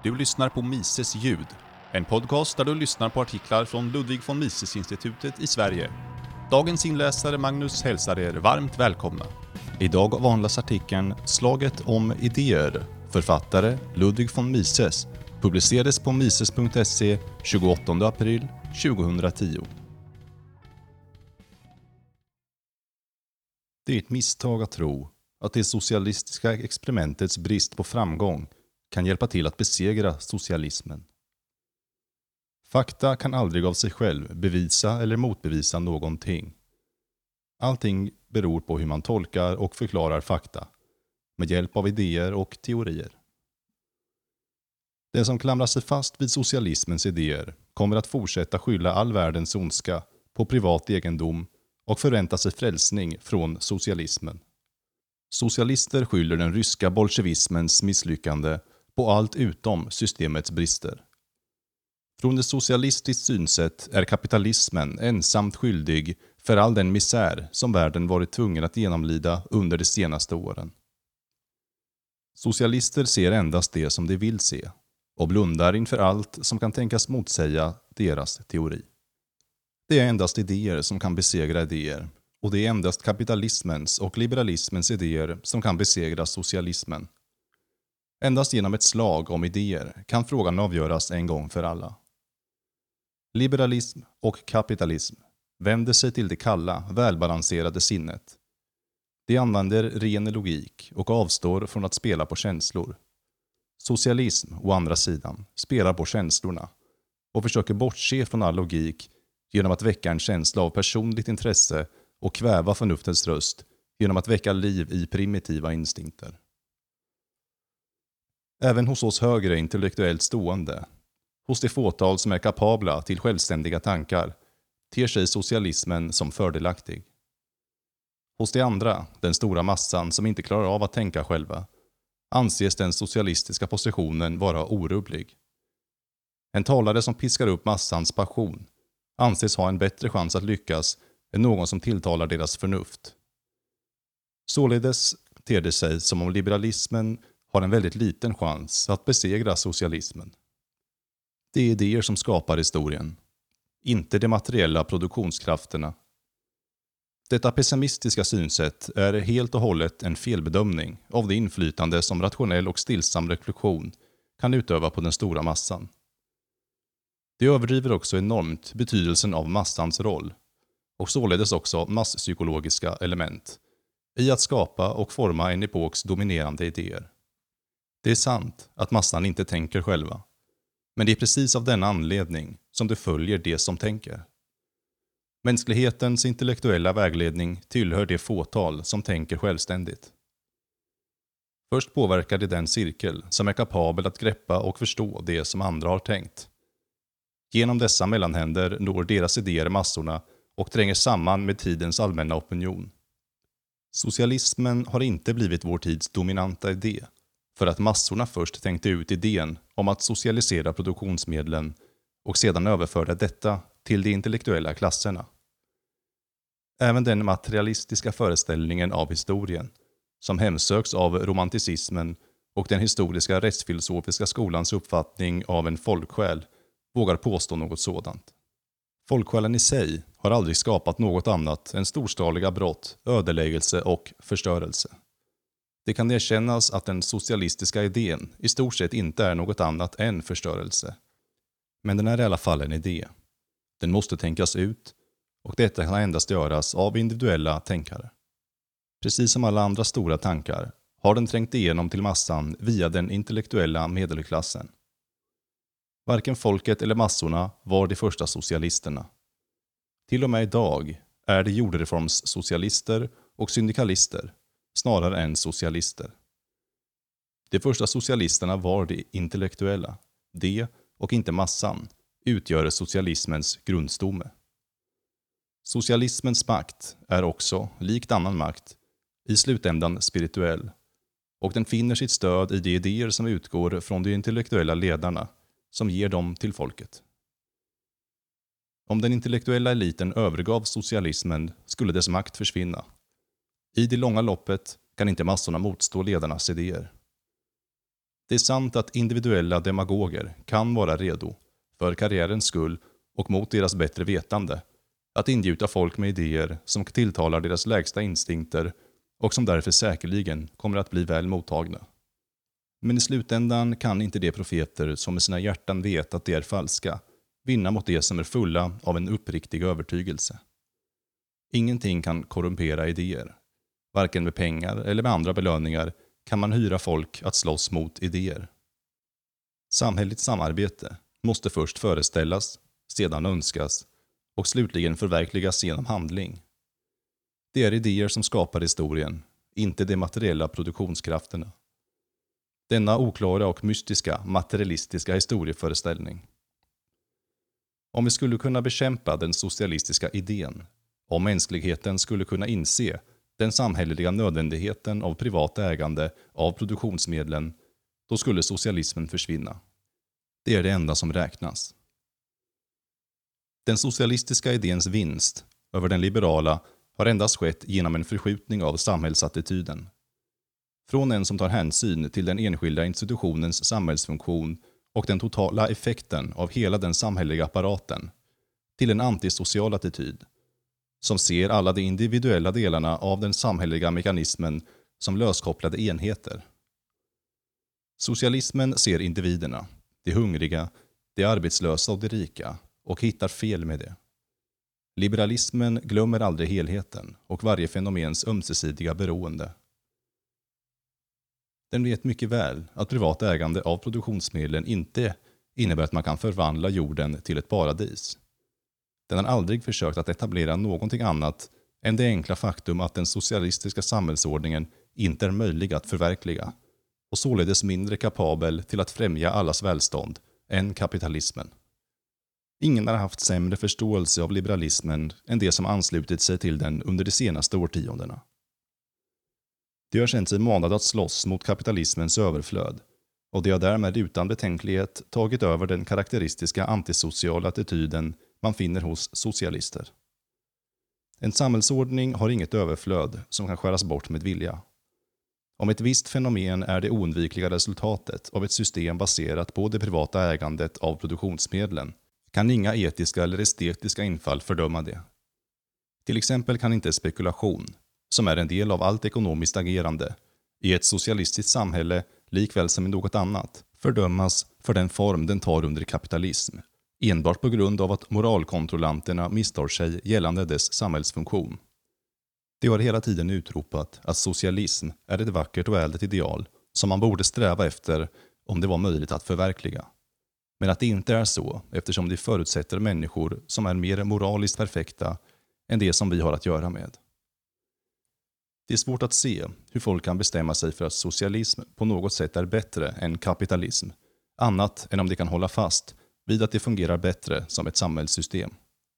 Du lyssnar på Mises ljud, en podcast där du lyssnar på artiklar från Ludwig von Mises-institutet i Sverige. Dagens inläsare Magnus hälsar er varmt välkomna. Idag avhandlas artikeln Slaget om idéer, författare Ludwig von Mises, publicerades på mises.se 28 april 2010. Det är ett misstag att tro att det socialistiska experimentets brist på framgång kan hjälpa till att besegra socialismen. Fakta kan aldrig av sig själv bevisa eller motbevisa någonting. Allting beror på hur man tolkar och förklarar fakta, med hjälp av idéer och teorier. Den som klamrar sig fast vid socialismens idéer kommer att fortsätta skylla all världens ondska på privat egendom och förvänta sig frälsning från socialismen. Socialister skyller den ryska bolsjevismens misslyckande på allt utom systemets brister. Från ett socialistiskt synsätt är kapitalismen ensamt skyldig för all den misär som världen varit tvungen att genomlida under de senaste åren. Socialister ser endast det som de vill se och blundar inför allt som kan tänkas motsäga deras teori. Det är endast idéer som kan besegra idéer, och det är endast kapitalismens och liberalismens idéer som kan besegra socialismen. Endast genom ett slag om idéer kan frågan avgöras en gång för alla. Liberalism och kapitalism vänder sig till det kalla, välbalanserade sinnet. De använder ren logik och avstår från att spela på känslor. Socialism, å andra sidan, spelar på känslorna och försöker bortse från all logik genom att väcka en känsla av personligt intresse och kväva förnuftets röst genom att väcka liv i primitiva instinkter. Även hos oss högre intellektuellt stående, hos det fåtal som är kapabla till självständiga tankar, ter sig socialismen som fördelaktig. Hos de andra, den stora massan som inte klarar av att tänka själva, anses den socialistiska positionen vara orubblig. En talare som piskar upp massans passion anses ha en bättre chans att lyckas än någon som tilltalar deras förnuft. Således ter det sig som om liberalismen har en väldigt liten chans att besegra socialismen. Det är idéer som skapar historien, inte de materiella produktionskrafterna. Detta pessimistiska synsätt är helt och hållet en felbedömning av det inflytande som rationell och stillsam reflektion kan utöva på den stora massan. Det överdriver också enormt betydelsen av massans roll, och således också masspsykologiska element, i att skapa och forma en epoks dominerande idéer. Det är sant att massan inte tänker själva, men det är precis av denna anledning som det följer det som tänker. Mänsklighetens intellektuella vägledning tillhör det fåtal som tänker självständigt. Först påverkar det den cirkel som är kapabel att greppa och förstå det som andra har tänkt. Genom dessa mellanhänder når deras idéer massorna och tränger samman med tidens allmänna opinion. Socialismen har inte blivit vår tids dominanta idé, för att massorna först tänkte ut idén om att socialisera produktionsmedlen och sedan överförde detta till de intellektuella klasserna. Även den materialistiska föreställningen av historien, som hemsöks av romanticismen och den historiska rättsfilosofiska skolans uppfattning av en folksjäl, vågar påstå något sådant. Folksjälen i sig har aldrig skapat något annat än storskaliga brott, ödeläggelse och förstörelse. Det kan erkännas att den socialistiska idén i stort sett inte är något annat än förstörelse. Men den är i alla fall en idé. Den måste tänkas ut, och detta kan endast göras av individuella tänkare. Precis som alla andra stora tankar har den trängt igenom till massan via den intellektuella medelklassen. Varken folket eller massorna var de första socialisterna. Till och med idag är det jordreformssocialister och syndikalister snarare än socialister. De första socialisterna var de intellektuella. De, och inte massan, utgör socialismens grundstomme. Socialismens makt är också, likt annan makt, i slutändan spirituell, och den finner sitt stöd i de idéer som utgår från de intellektuella ledarna, som ger dem till folket. Om den intellektuella eliten övergav socialismen skulle dess makt försvinna. I det långa loppet kan inte massorna motstå ledarnas idéer. Det är sant att individuella demagoger kan vara redo, för karriärens skull och mot deras bättre vetande, att ingjuta folk med idéer som tilltalar deras lägsta instinkter och som därför säkerligen kommer att bli väl mottagna. Men i slutändan kan inte de profeter som med sina hjärtan vet att de är falska vinna mot de som är fulla av en uppriktig övertygelse. Ingenting kan korrumpera idéer. Varken med pengar eller med andra belöningar kan man hyra folk att slåss mot idéer. Samhälleligt samarbete måste först föreställas, sedan önskas och slutligen förverkligas genom handling. Det är idéer som skapar historien, inte de materiella produktionskrafterna. Denna oklara och mystiska, materialistiska historieföreställning. Om vi skulle kunna bekämpa den socialistiska idén, om mänskligheten skulle kunna inse den samhälleliga nödvändigheten av privat ägande av produktionsmedlen, då skulle socialismen försvinna. Det är det enda som räknas. Den socialistiska idéns vinst över den liberala har endast skett genom en förskjutning av samhällsattityden. Från en som tar hänsyn till den enskilda institutionens samhällsfunktion och den totala effekten av hela den samhälleliga apparaten, till en antisocial attityd, som ser alla de individuella delarna av den samhälleliga mekanismen som löskopplade enheter. Socialismen ser individerna, de hungriga, de arbetslösa och de rika, och hittar fel med det. Liberalismen glömmer aldrig helheten och varje fenomens ömsesidiga beroende. Den vet mycket väl att privat ägande av produktionsmedlen inte innebär att man kan förvandla jorden till ett paradis. Den har aldrig försökt att etablera någonting annat än det enkla faktum att den socialistiska samhällsordningen inte är möjlig att förverkliga och således mindre kapabel till att främja allas välstånd än kapitalismen. Ingen har haft sämre förståelse av liberalismen än de som anslutit sig till den under de senaste årtiondena. De har känt sig manade att slåss mot kapitalismens överflöd och de har därmed utan betänklighet tagit över den karaktäristiska antisociala attityden man finner hos socialister. En samhällsordning har inget överflöd som kan skäras bort med vilja. Om ett visst fenomen är det oundvikliga resultatet av ett system baserat på det privata ägandet av produktionsmedlen, kan inga etiska eller estetiska infall fördöma det. Till exempel kan inte spekulation, som är en del av allt ekonomiskt agerande, i ett socialistiskt samhälle likväl som i något annat, fördömas för den form den tar under kapitalism, enbart på grund av att moralkontrollanterna misstar sig gällande dess samhällsfunktion. De har hela tiden utropat att socialism är ett vackert och ädelt ideal som man borde sträva efter om det var möjligt att förverkliga. Men att det inte är så eftersom det förutsätter människor som är mer moraliskt perfekta än det som vi har att göra med. Det är svårt att se hur folk kan bestämma sig för att socialism på något sätt är bättre än kapitalism, annat än om de kan hålla fast vid att det fungerar bättre som ett samhällssystem.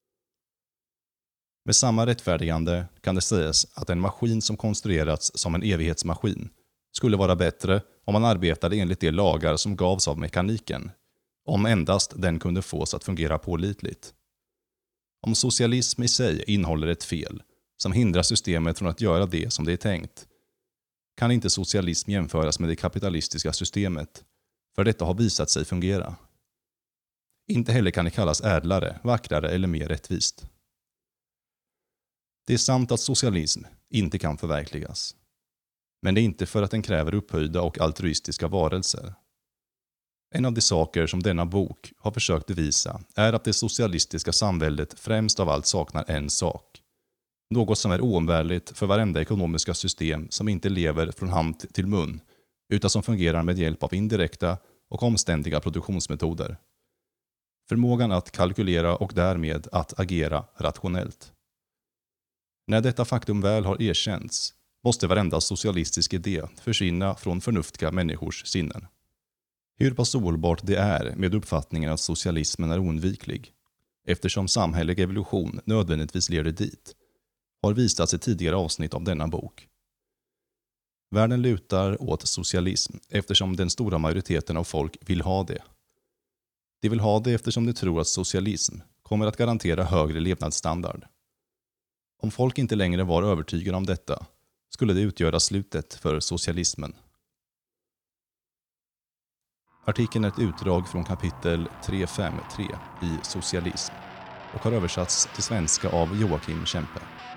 Med samma rättfärdigande kan det sägas att en maskin som konstruerats som en evighetsmaskin skulle vara bättre om man arbetade enligt de lagar som gavs av mekaniken, om endast den kunde fås att fungera pålitligt. Om socialism i sig innehåller ett fel som hindrar systemet från att göra det som det är tänkt, kan inte socialism jämföras med det kapitalistiska systemet, för detta har visat sig fungera. Inte heller kan det kallas ädlare, vackrare eller mer rättvist. Det är sant att socialism inte kan förverkligas. Men det är inte för att den kräver upphöjda och altruistiska varelser. En av de saker som denna bok har försökt bevisa är att det socialistiska samhället främst av allt saknar en sak. Något som är oumbärligt för varenda ekonomiska system som inte lever från hand till mun, utan som fungerar med hjälp av indirekta och omständiga produktionsmetoder. Förmågan att kalkylera och därmed att agera rationellt. När detta faktum väl har erkänts måste varenda socialistisk idé försvinna från förnuftiga människors sinnen. Hur pass ohållbart det är med uppfattningen att socialismen är oundviklig, eftersom samhällelig evolution nödvändigtvis leder dit, har visats i tidigare avsnitt av denna bok. Världen lutar åt socialism eftersom den stora majoriteten av folk vill ha det. De vill ha det eftersom de tror att socialism kommer att garantera högre levnadsstandard. Om folk inte längre var övertygade om detta, skulle det utgöra slutet för socialismen. Artikeln är ett utdrag från kapitel 353 i Socialism och har översatts till svenska av Joakim Kempe.